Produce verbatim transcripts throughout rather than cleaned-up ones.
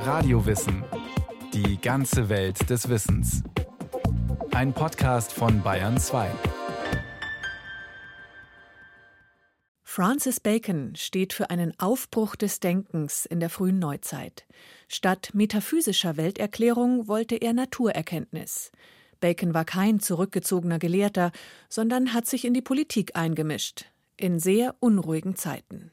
Radiowissen. Die ganze Welt des Wissens. Ein Podcast von Bayern zwei. Francis Bacon steht für einen Aufbruch des Denkens in der frühen Neuzeit. Statt metaphysischer Welterklärung wollte er Naturerkenntnis. Bacon war kein zurückgezogener Gelehrter, sondern hat sich in die Politik eingemischt, in sehr unruhigen Zeiten.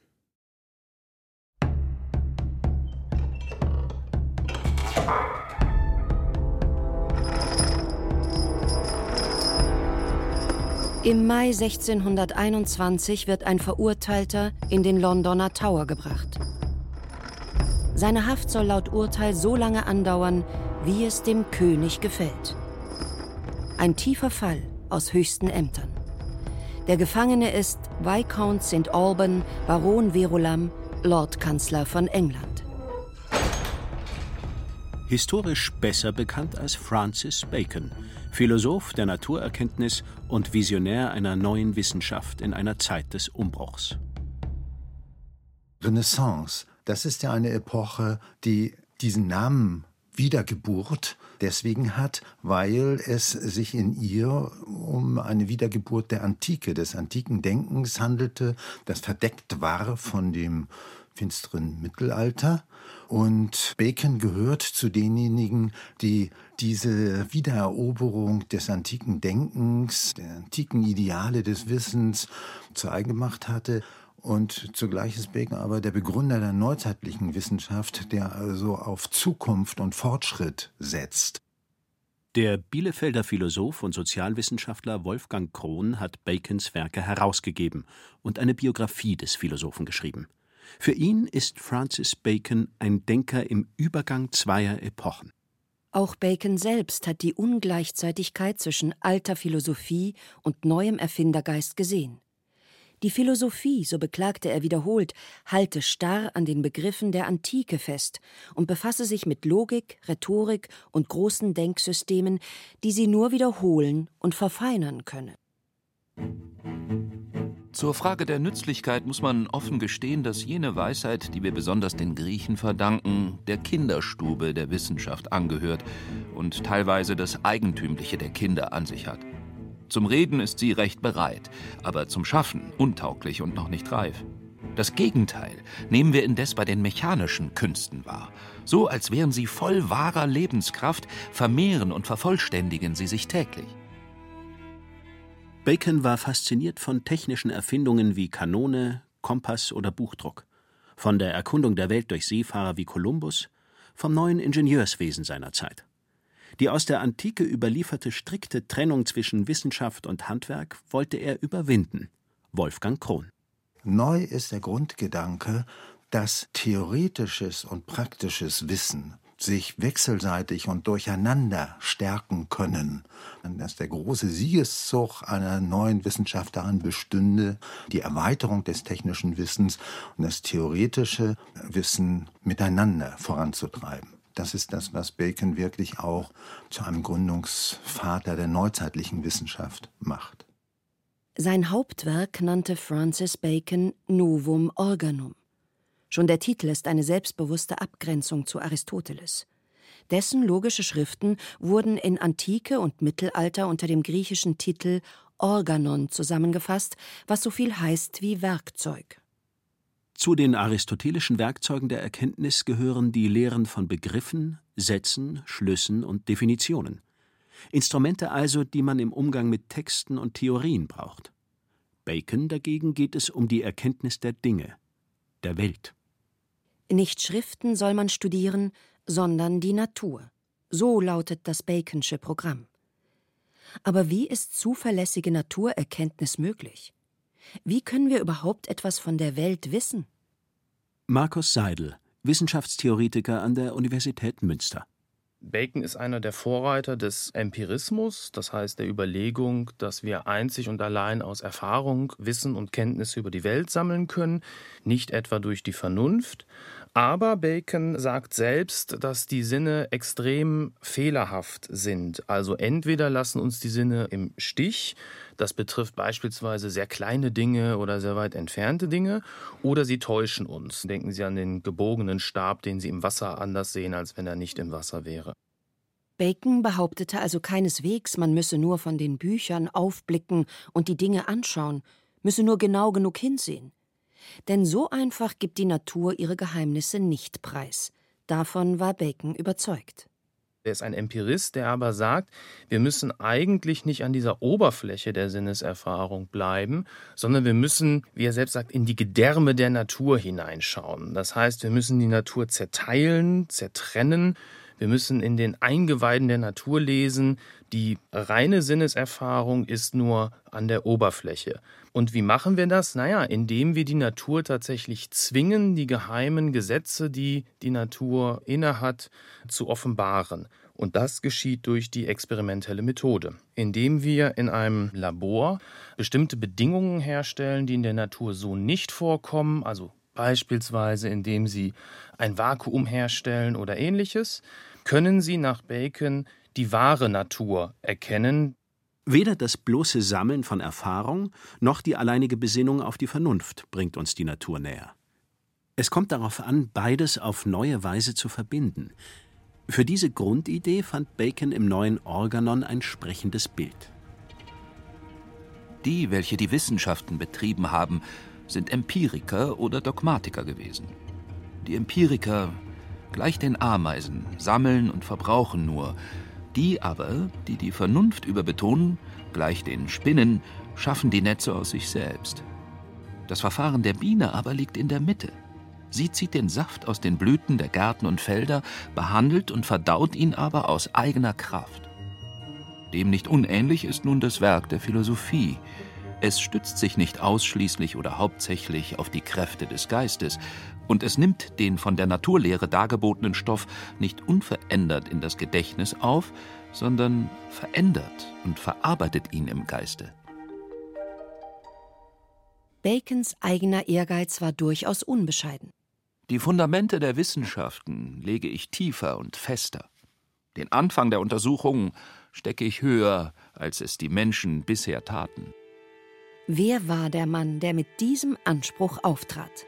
Im Mai sechzehnhunderteinundzwanzig wird ein Verurteilter in den Londoner Tower gebracht. Seine Haft soll laut Urteil so lange andauern, wie es dem König gefällt. Ein tiefer Fall aus höchsten Ämtern. Der Gefangene ist Viscount Sankt Alban, Baron Verulam, Lordkanzler von England. Historisch besser bekannt als Francis Bacon, Philosoph der Naturerkenntnis und Visionär einer neuen Wissenschaft in einer Zeit des Umbruchs. Renaissance, das ist ja eine Epoche, die diesen Namen Wiedergeburt deswegen hat, weil es sich in ihr um eine Wiedergeburt der Antike, des antiken Denkens handelte, das verdeckt war von dem finsteren Mittelalter. Und Bacon gehört zu denjenigen, die diese Wiedereroberung des antiken Denkens, der antiken Ideale des Wissens zu eigen gemacht hatte. Und zugleich ist Bacon aber der Begründer der neuzeitlichen Wissenschaft, der also auf Zukunft und Fortschritt setzt. Der Bielefelder Philosoph und Sozialwissenschaftler Wolfgang Krohn hat Bacons Werke herausgegeben und eine Biografie des Philosophen geschrieben. Für ihn ist Francis Bacon ein Denker im Übergang zweier Epochen. Auch Bacon selbst hat die Ungleichzeitigkeit zwischen alter Philosophie und neuem Erfindergeist gesehen. Die Philosophie, so beklagte er wiederholt, halte starr an den Begriffen der Antike fest und befasse sich mit Logik, Rhetorik und großen Denksystemen, die sie nur wiederholen und verfeinern könne. Zur Frage der Nützlichkeit muss man offen gestehen, dass jene Weisheit, die wir besonders den Griechen verdanken, der Kinderstube der Wissenschaft angehört und teilweise das Eigentümliche der Kinder an sich hat. Zum Reden ist sie recht bereit, aber zum Schaffen untauglich und noch nicht reif. Das Gegenteil nehmen wir indes bei den mechanischen Künsten wahr. So als wären sie voll wahrer Lebenskraft, vermehren und vervollständigen sie sich täglich. Bacon war fasziniert von technischen Erfindungen wie Kanone, Kompass oder Buchdruck, von der Erkundung der Welt durch Seefahrer wie Kolumbus, vom neuen Ingenieurswesen seiner Zeit. Die aus der Antike überlieferte strikte Trennung zwischen Wissenschaft und Handwerk wollte er überwinden. Wolfgang Krohn. Neu ist der Grundgedanke, dass theoretisches und praktisches Wissen sich wechselseitig und durcheinander stärken können. Dass der große Siegeszug einer neuen Wissenschaft darin bestünde, die Erweiterung des technischen Wissens und das theoretische Wissen miteinander voranzutreiben. Das ist das, was Bacon wirklich auch zu einem Gründungsvater der neuzeitlichen Wissenschaft macht. Sein Hauptwerk nannte Francis Bacon Novum Organum. Schon der Titel ist eine selbstbewusste Abgrenzung zu Aristoteles. Dessen logische Schriften wurden in Antike und Mittelalter unter dem griechischen Titel Organon zusammengefasst, was so viel heißt wie Werkzeug. Zu den aristotelischen Werkzeugen der Erkenntnis gehören die Lehren von Begriffen, Sätzen, Schlüssen und Definitionen. Instrumente also, die man im Umgang mit Texten und Theorien braucht. Bacon dagegen geht es um die Erkenntnis der Dinge, der Welt. Nicht Schriften soll man studieren, sondern die Natur. So lautet das Baconsche Programm. Aber wie ist zuverlässige Naturerkenntnis möglich? Wie können wir überhaupt etwas von der Welt wissen? Markus Seidel, Wissenschaftstheoretiker an der Universität Münster. Bacon ist einer der Vorreiter des Empirismus, das heißt der Überlegung, dass wir einzig und allein aus Erfahrung Wissen und Kenntnisse über die Welt sammeln können, nicht etwa durch die Vernunft. Aber Bacon sagt selbst, dass die Sinne extrem fehlerhaft sind. Also entweder lassen uns die Sinne im Stich, das betrifft beispielsweise sehr kleine Dinge oder sehr weit entfernte Dinge, oder sie täuschen uns. Denken Sie an den gebogenen Stab, den Sie im Wasser anders sehen, als wenn er nicht im Wasser wäre. Bacon behauptete also keineswegs, man müsse nur von den Büchern aufblicken und die Dinge anschauen, müsse nur genau genug hinsehen. Denn so einfach gibt die Natur ihre Geheimnisse nicht preis. Davon war Bacon überzeugt. Er ist ein Empirist, der aber sagt, wir müssen eigentlich nicht an dieser Oberfläche der Sinneserfahrung bleiben, sondern wir müssen, wie er selbst sagt, in die Gedärme der Natur hineinschauen. Das heißt, wir müssen die Natur zerteilen, zertrennen. Wir müssen in den Eingeweiden der Natur lesen. Die reine Sinneserfahrung ist nur an der Oberfläche. Und wie machen wir das? Naja, indem wir die Natur tatsächlich zwingen, die geheimen Gesetze, die die Natur innehat, zu offenbaren. Und das geschieht durch die experimentelle Methode, indem wir in einem Labor bestimmte Bedingungen herstellen, die in der Natur so nicht vorkommen, also beispielsweise indem Sie ein Vakuum herstellen oder Ähnliches, können Sie nach Bacon die wahre Natur erkennen. Weder das bloße Sammeln von Erfahrung noch die alleinige Besinnung auf die Vernunft bringt uns die Natur näher. Es kommt darauf an, beides auf neue Weise zu verbinden. Für diese Grundidee fand Bacon im neuen Organon ein sprechendes Bild. Die, welche die Wissenschaften betrieben haben, sind Empiriker oder Dogmatiker gewesen. Die Empiriker, gleich den Ameisen, sammeln und verbrauchen nur. Die aber, die die Vernunft überbetonen, gleich den Spinnen, schaffen die Netze aus sich selbst. Das Verfahren der Biene aber liegt in der Mitte. Sie zieht den Saft aus den Blüten der Gärten und Felder, behandelt und verdaut ihn aber aus eigener Kraft. Dem nicht unähnlich ist nun das Werk der Philosophie. Es stützt sich nicht ausschließlich oder hauptsächlich auf die Kräfte des Geistes, und es nimmt den von der Naturlehre dargebotenen Stoff nicht unverändert in das Gedächtnis auf, sondern verändert und verarbeitet ihn im Geiste. Bacons eigener Ehrgeiz war durchaus unbescheiden. Die Fundamente der Wissenschaften lege ich tiefer und fester. Den Anfang der Untersuchungen stecke ich höher, als es die Menschen bisher taten. Wer war der Mann, der mit diesem Anspruch auftrat?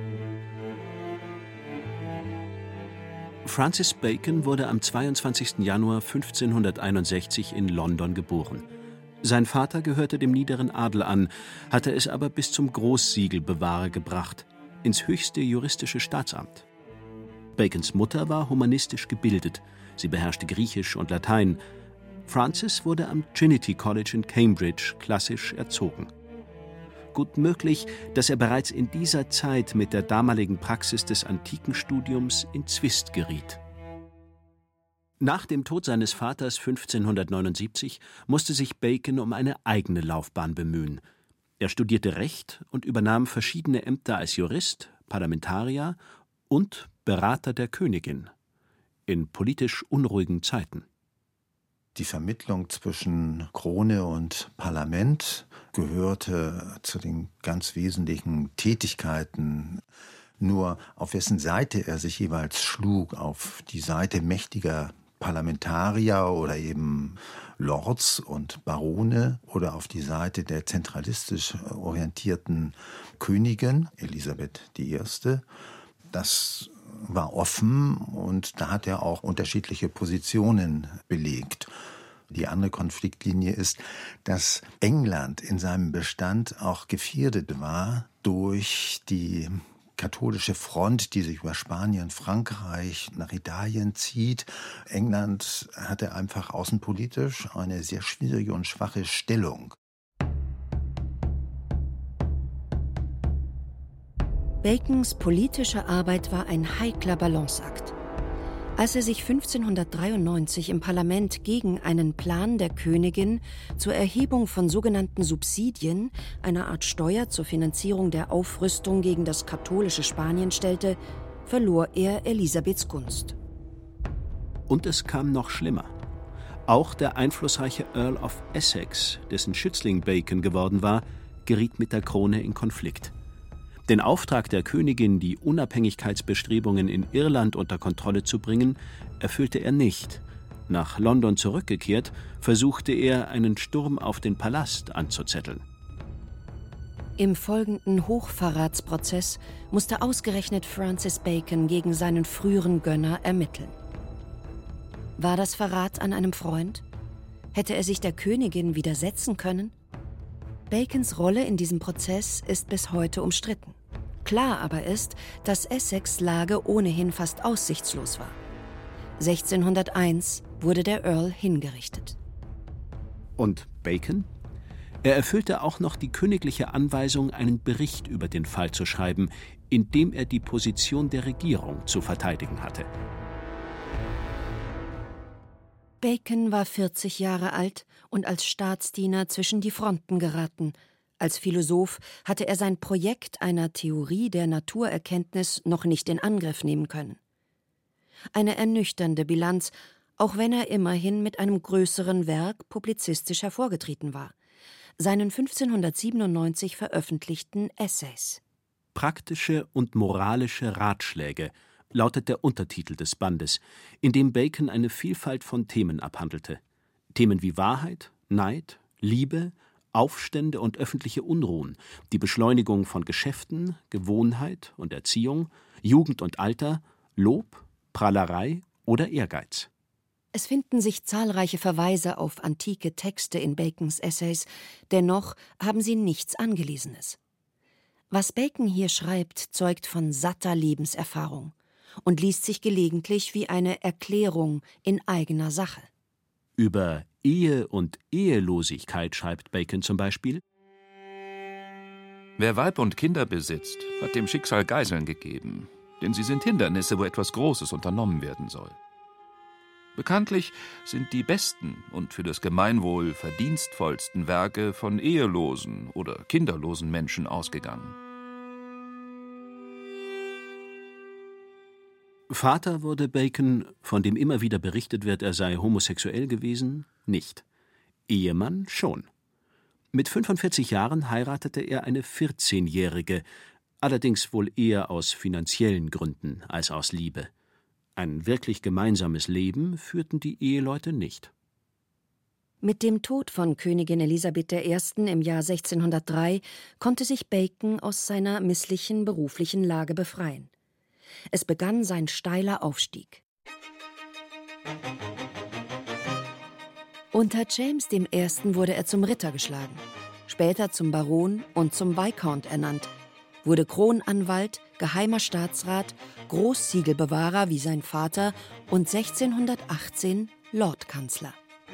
Francis Bacon wurde am zweiundzwanzigsten Januar fünfzehnhunderteinundsechzig in London geboren. Sein Vater gehörte dem niederen Adel an, hatte es aber bis zum Großsiegelbewahrer gebracht, ins höchste juristische Staatsamt. Bacons Mutter war humanistisch gebildet, sie beherrschte Griechisch und Latein. Francis wurde am Trinity College in Cambridge klassisch erzogen. Gut möglich, dass er bereits in dieser Zeit mit der damaligen Praxis des Antikenstudiums in Zwist geriet. Nach dem Tod seines Vaters fünfzehnhundertneunundsiebzig musste sich Bacon um eine eigene Laufbahn bemühen. Er studierte Recht und übernahm verschiedene Ämter als Jurist, Parlamentarier und Berater der Königin in politisch unruhigen Zeiten. Die Vermittlung zwischen Krone und Parlament gehörte zu den ganz wesentlichen Tätigkeiten. Nur auf wessen Seite er sich jeweils schlug, auf die Seite mächtiger Parlamentarier oder eben Lords und Barone oder auf die Seite der zentralistisch orientierten Königin, Elisabeth die Erste. Das war offen und da hat er auch unterschiedliche Positionen belegt. Die andere Konfliktlinie ist, dass England in seinem Bestand auch gefährdet war durch die katholische Front, die sich über Spanien, Frankreich nach Italien zieht. England hatte einfach außenpolitisch eine sehr schwierige und schwache Stellung. Bacons politische Arbeit war ein heikler Balanceakt. Als er sich fünfzehnhundertdreiundneunzig im Parlament gegen einen Plan der Königin zur Erhebung von sogenannten Subsidien, einer Art Steuer zur Finanzierung der Aufrüstung gegen das katholische Spanien stellte, verlor er Elisabeths Gunst. Und es kam noch schlimmer. Auch der einflussreiche Earl of Essex, dessen Schützling Bacon geworden war, geriet mit der Krone in Konflikt. Den Auftrag der Königin, die Unabhängigkeitsbestrebungen in Irland unter Kontrolle zu bringen, erfüllte er nicht. Nach London zurückgekehrt, versuchte er, einen Sturm auf den Palast anzuzetteln. Im folgenden Hochverratsprozess musste ausgerechnet Francis Bacon gegen seinen früheren Gönner ermitteln. War das Verrat an einem Freund? Hätte er sich der Königin widersetzen können? Bacons Rolle in diesem Prozess ist bis heute umstritten. Klar aber ist, dass Essex' Lage ohnehin fast aussichtslos war. sechzehnhunderteins wurde der Earl hingerichtet. Und Bacon? Er erfüllte auch noch die königliche Anweisung, einen Bericht über den Fall zu schreiben, in dem er die Position der Regierung zu verteidigen hatte. Bacon war vierzig Jahre alt und als Staatsdiener zwischen die Fronten geraten. Als Philosoph hatte er sein Projekt einer Theorie der Naturerkenntnis noch nicht in Angriff nehmen können. Eine ernüchternde Bilanz, auch wenn er immerhin mit einem größeren Werk publizistisch hervorgetreten war, seinen fünfzehnhundertsiebenundneunzig veröffentlichten Essays. Praktische und moralische Ratschläge lautet der Untertitel des Bandes, in dem Bacon eine Vielfalt von Themen abhandelte. Themen wie Wahrheit, Neid, Liebe, Aufstände und öffentliche Unruhen, die Beschleunigung von Geschäften, Gewohnheit und Erziehung, Jugend und Alter, Lob, Prahlerei oder Ehrgeiz. Es finden sich zahlreiche Verweise auf antike Texte in Bacons Essays, dennoch haben sie nichts Angelesenes. Was Bacon hier schreibt, zeugt von satter Lebenserfahrung und liest sich gelegentlich wie eine Erklärung in eigener Sache. Über Ehe und Ehelosigkeit schreibt Bacon zum Beispiel: Wer Weib und Kinder besitzt, hat dem Schicksal Geiseln gegeben, denn sie sind Hindernisse, wo etwas Großes unternommen werden soll. Bekanntlich sind die besten und für das Gemeinwohl verdienstvollsten Werke von ehelosen oder kinderlosen Menschen ausgegangen. Vater wurde Bacon, von dem immer wieder berichtet wird, er sei homosexuell gewesen, nicht. Ehemann schon. Mit fünfundvierzig Jahren heiratete er eine vierzehnjährige, allerdings wohl eher aus finanziellen Gründen als aus Liebe. Ein wirklich gemeinsames Leben führten die Eheleute nicht. Mit dem Tod von Königin Elisabeth der Erste im Jahr sechzehnhundertdrei konnte sich Bacon aus seiner misslichen beruflichen Lage befreien. Es begann sein steiler Aufstieg. Unter James der Erste wurde er zum Ritter geschlagen, später zum Baron und zum Viscount ernannt, wurde Kronanwalt, geheimer Staatsrat, Großsiegelbewahrer wie sein Vater und sechzehnhundertachtzehn Lordkanzler.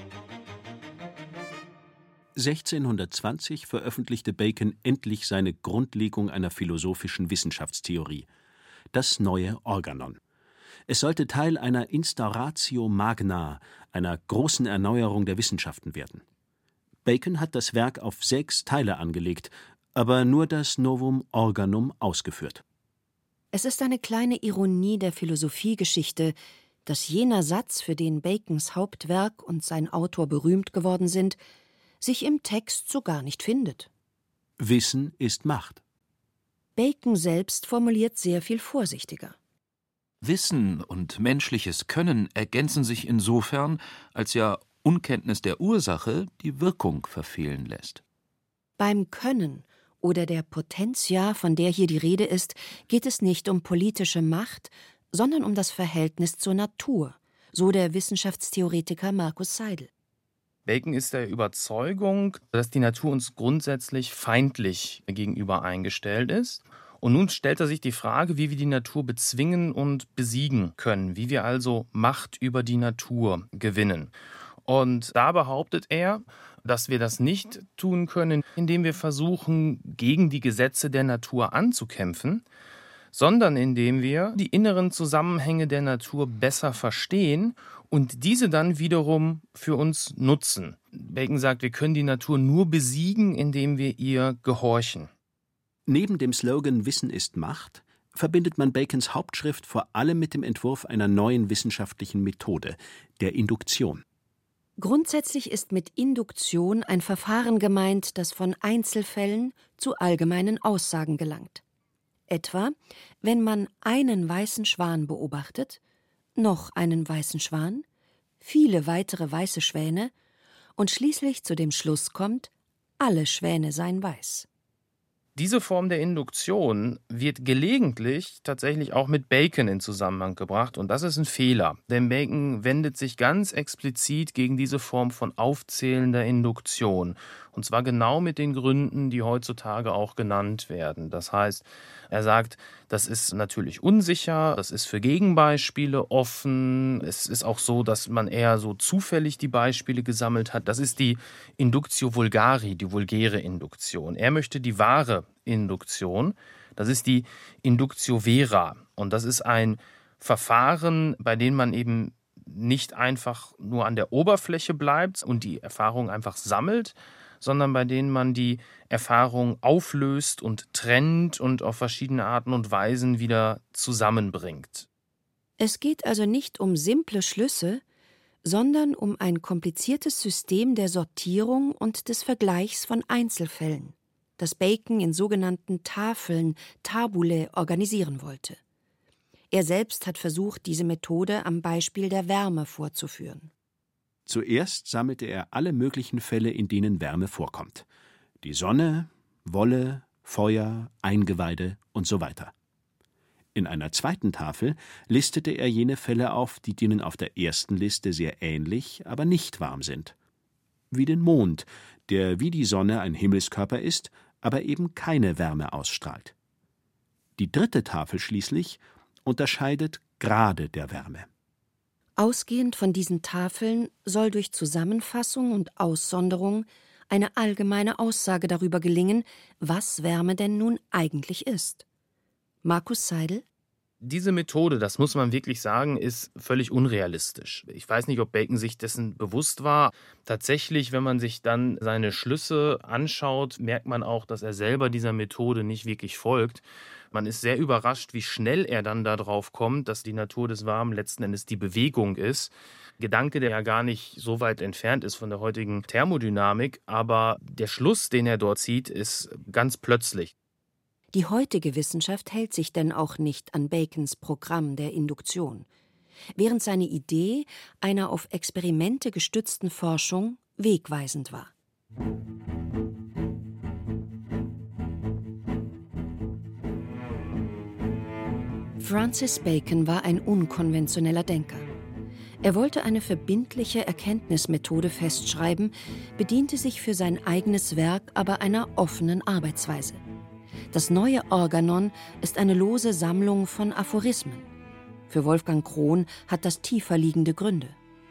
sechzehnhundertzwanzig veröffentlichte Bacon endlich seine Grundlegung einer philosophischen Wissenschaftstheorie, das neue Organon. Es sollte Teil einer Instauratio Magna, einer großen Erneuerung der Wissenschaften werden. Bacon hat das Werk auf sechs Teile angelegt, aber nur das Novum Organum ausgeführt. Es ist eine kleine Ironie der Philosophiegeschichte, dass jener Satz, für den Bacons Hauptwerk und sein Autor berühmt geworden sind, sich im Text so gar nicht findet. Wissen ist Macht. Bacon selbst formuliert sehr viel vorsichtiger. Wissen und menschliches Können ergänzen sich insofern, als ja Unkenntnis der Ursache die Wirkung verfehlen lässt. Beim Können oder der Potentia, von der hier die Rede ist, geht es nicht um politische Macht, sondern um das Verhältnis zur Natur, so der Wissenschaftstheoretiker Markus Seidel. Bacon ist der Überzeugung, dass die Natur uns grundsätzlich feindlich gegenüber eingestellt ist. Und nun stellt er sich die Frage, wie wir die Natur bezwingen und besiegen können, wie wir also Macht über die Natur gewinnen. Und da behauptet er, dass wir das nicht tun können, indem wir versuchen, gegen die Gesetze der Natur anzukämpfen, sondern indem wir die inneren Zusammenhänge der Natur besser verstehen und diese dann wiederum für uns nutzen. Bacon sagt, wir können die Natur nur besiegen, indem wir ihr gehorchen. Neben dem Slogan »Wissen ist Macht« verbindet man Bacons Hauptschrift vor allem mit dem Entwurf einer neuen wissenschaftlichen Methode, der Induktion. Grundsätzlich ist mit Induktion ein Verfahren gemeint, das von Einzelfällen zu allgemeinen Aussagen gelangt. etwa, wenn man einen weißen Schwan beobachtet, noch einen weißen Schwan, viele weitere weiße Schwäne und schließlich zu dem Schluss kommt, alle Schwäne seien weiß. Diese Form der Induktion wird gelegentlich tatsächlich auch mit Bacon in Zusammenhang gebracht, und das ist ein Fehler, denn Bacon wendet sich ganz explizit gegen diese Form von aufzählender Induktion, und zwar genau mit den Gründen, die heutzutage auch genannt werden. Das heißt, er sagt, das ist natürlich unsicher, das ist für Gegenbeispiele offen, es ist auch so, dass man eher so zufällig die Beispiele gesammelt hat. Das ist die Inductio vulgari, die vulgäre Induktion. Er möchte die wahre Induktion, das ist die Inductio vera, und das ist ein Verfahren, bei dem man eben nicht einfach nur an der Oberfläche bleibt und die Erfahrung einfach sammelt, sondern bei denen man die Erfahrung auflöst und trennt und auf verschiedene Arten und Weisen wieder zusammenbringt. Es geht also nicht um simple Schlüsse, sondern um ein kompliziertes System der Sortierung und des Vergleichs von Einzelfällen, das Bacon in sogenannten Tafeln, Tabulae, organisieren wollte. Er selbst hat versucht, diese Methode am Beispiel der Wärme vorzuführen. Zuerst sammelte er alle möglichen Fälle, in denen Wärme vorkommt. Die Sonne, Wolle, Feuer, Eingeweide und so weiter. In einer zweiten Tafel listete er jene Fälle auf, die denen auf der ersten Liste sehr ähnlich, aber nicht warm sind. Wie den Mond, der wie die Sonne ein Himmelskörper ist, aber eben keine Wärme ausstrahlt. Die dritte Tafel schließlich unterscheidet Grade der Wärme. Ausgehend von diesen Tafeln soll durch Zusammenfassung und Aussonderung eine allgemeine Aussage darüber gelingen, was Wärme denn nun eigentlich ist. Markus Seidel? Diese Methode, das muss man wirklich sagen, ist völlig unrealistisch. Ich weiß nicht, ob Bacon sich dessen bewusst war. Tatsächlich, wenn man sich dann seine Schlüsse anschaut, merkt man auch, dass er selber dieser Methode nicht wirklich folgt. Man ist sehr überrascht, wie schnell er dann darauf kommt, dass die Natur des Warmen letzten Endes die Bewegung ist. Gedanke, der ja gar nicht so weit entfernt ist von der heutigen Thermodynamik, aber der Schluss, den er dort zieht, ist ganz plötzlich. Die heutige Wissenschaft hält sich denn auch nicht an Bacons Programm der Induktion, während seine Idee einer auf Experimente gestützten Forschung wegweisend war. Francis Bacon war ein unkonventioneller Denker. Er wollte eine verbindliche Erkenntnismethode festschreiben, bediente sich für sein eigenes Werk aber einer offenen Arbeitsweise. Das neue Organon ist eine lose Sammlung von Aphorismen. Für Wolfgang Krohn hat das tiefer liegende Gründe.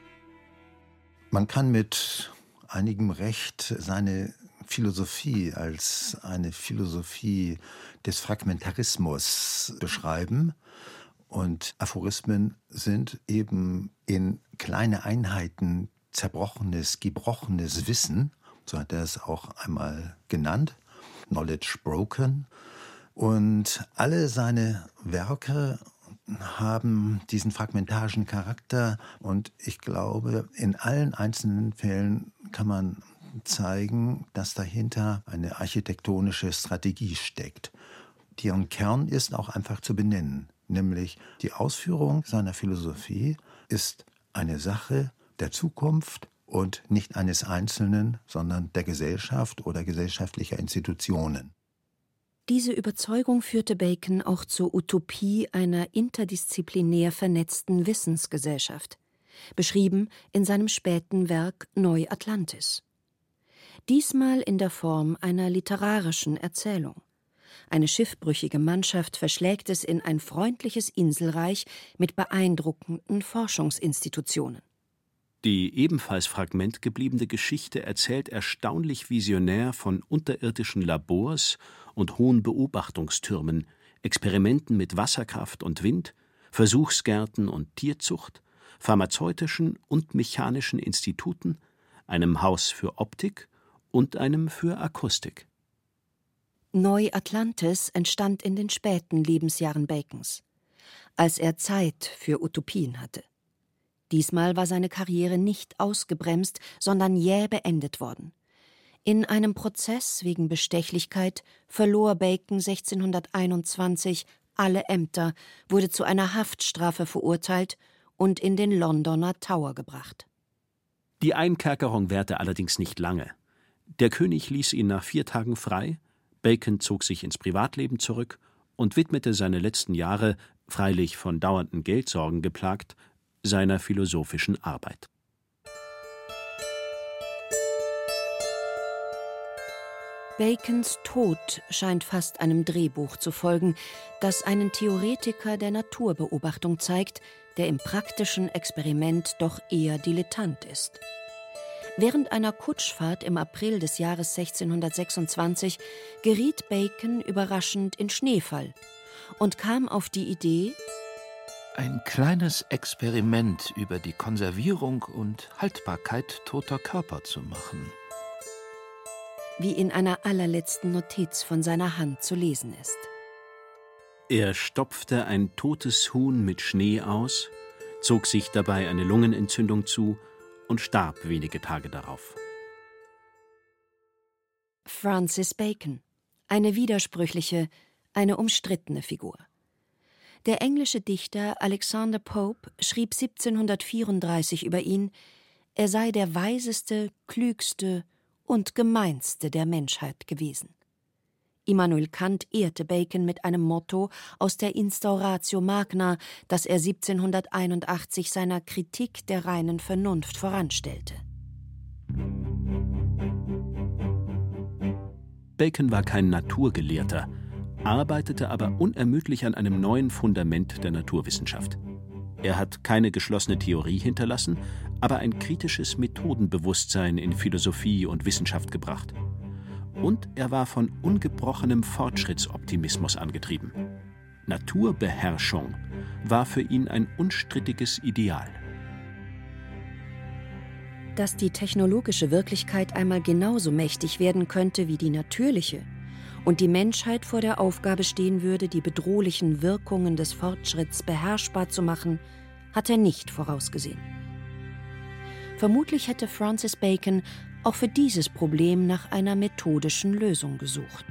Man kann mit einigem Recht seine Philosophie als eine Philosophie des Fragmentarismus beschreiben. Und Aphorismen sind eben in kleine Einheiten zerbrochenes, gebrochenes Wissen, so hat er es auch einmal genannt, Knowledge Broken. Und alle seine Werke haben diesen fragmentarischen Charakter, und ich glaube, in allen einzelnen Fällen kann man zeigen, dass dahinter eine architektonische Strategie steckt. Deren Kern ist auch einfach zu benennen, nämlich die Ausführung seiner Philosophie ist eine Sache der Zukunft und nicht eines Einzelnen, sondern der Gesellschaft oder gesellschaftlicher Institutionen. Diese Überzeugung führte Bacon auch zur Utopie einer interdisziplinär vernetzten Wissensgesellschaft, beschrieben in seinem späten Werk Neu Atlantis. Diesmal in der Form einer literarischen Erzählung. Eine schiffbrüchige Mannschaft verschlägt es in ein freundliches Inselreich mit beeindruckenden Forschungsinstitutionen. Die ebenfalls fragmentgebliebene Geschichte erzählt erstaunlich visionär von unterirdischen Labors und hohen Beobachtungstürmen, Experimenten mit Wasserkraft und Wind, Versuchsgärten und Tierzucht, pharmazeutischen und mechanischen Instituten, einem Haus für Optik und einem für Akustik. Neu Atlantis entstand in den späten Lebensjahren Bacons, als er Zeit für Utopien hatte. Diesmal war seine Karriere nicht ausgebremst, sondern jäh beendet worden. In einem Prozess wegen Bestechlichkeit verlor Bacon sechzehnhunderteinundzwanzig alle Ämter, wurde zu einer Haftstrafe verurteilt und in den Londoner Tower gebracht. Die Einkerkerung währte allerdings nicht lange. Der König ließ ihn nach vier Tagen frei, Bacon zog sich ins Privatleben zurück und widmete seine letzten Jahre, freilich von dauernden Geldsorgen geplagt, seiner philosophischen Arbeit. Bacons Tod scheint fast einem Drehbuch zu folgen, das einen Theoretiker der Naturbeobachtung zeigt, der im praktischen Experiment doch eher dilettant ist. Während einer Kutschfahrt im April des Jahres sechzehnhundertsechsundzwanzig geriet Bacon überraschend in Schneefall und kam auf die Idee, ein kleines Experiment über die Konservierung und Haltbarkeit toter Körper zu machen. Wie in einer allerletzten Notiz von seiner Hand zu lesen ist. Er stopfte ein totes Huhn mit Schnee aus, zog sich dabei eine Lungenentzündung zu und starb wenige Tage darauf. Francis Bacon, eine widersprüchliche, eine umstrittene Figur. Der englische Dichter Alexander Pope schrieb siebzehnhundertvierunddreißig über ihn, er sei der weiseste, klügste und gemeinste der Menschheit gewesen. Immanuel Kant ehrte Bacon mit einem Motto aus der Instauratio Magna, das er siebzehnhunderteinundachtzig seiner Kritik der reinen Vernunft voranstellte. Bacon war kein Naturgelehrter, arbeitete aber unermüdlich an einem neuen Fundament der Naturwissenschaft. Er hat keine geschlossene Theorie hinterlassen, aber ein kritisches Methodenbewusstsein in Philosophie und Wissenschaft gebracht. Und er war von ungebrochenem Fortschrittsoptimismus angetrieben. Naturbeherrschung war für ihn ein unstrittiges Ideal. Dass die technologische Wirklichkeit einmal genauso mächtig werden könnte wie die natürliche und die Menschheit vor der Aufgabe stehen würde, die bedrohlichen Wirkungen des Fortschritts beherrschbar zu machen, hat er nicht vorausgesehen. Vermutlich hätte Francis Bacon auch für dieses Problem nach einer methodischen Lösung gesucht.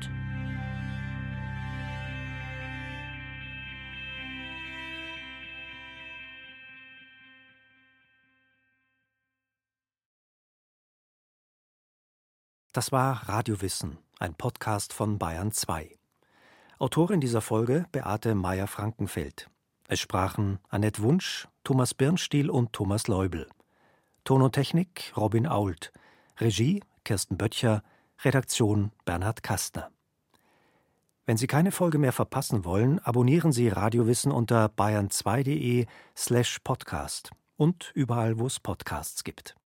Das war Radiowissen, ein Podcast von Bayern zwei. Autorin dieser Folge Beate Meyer-Frankenfeld. Es sprachen Annette Wunsch, Thomas Birnstiel und Thomas Leubel. Ton und Technik Robin Ault. Regie Kirsten Böttcher, Redaktion Bernhard Kastner. Wenn Sie keine Folge mehr verpassen wollen, abonnieren Sie Radiowissen unter bayern zwei punkt de slash podcast und überall, wo es Podcasts gibt.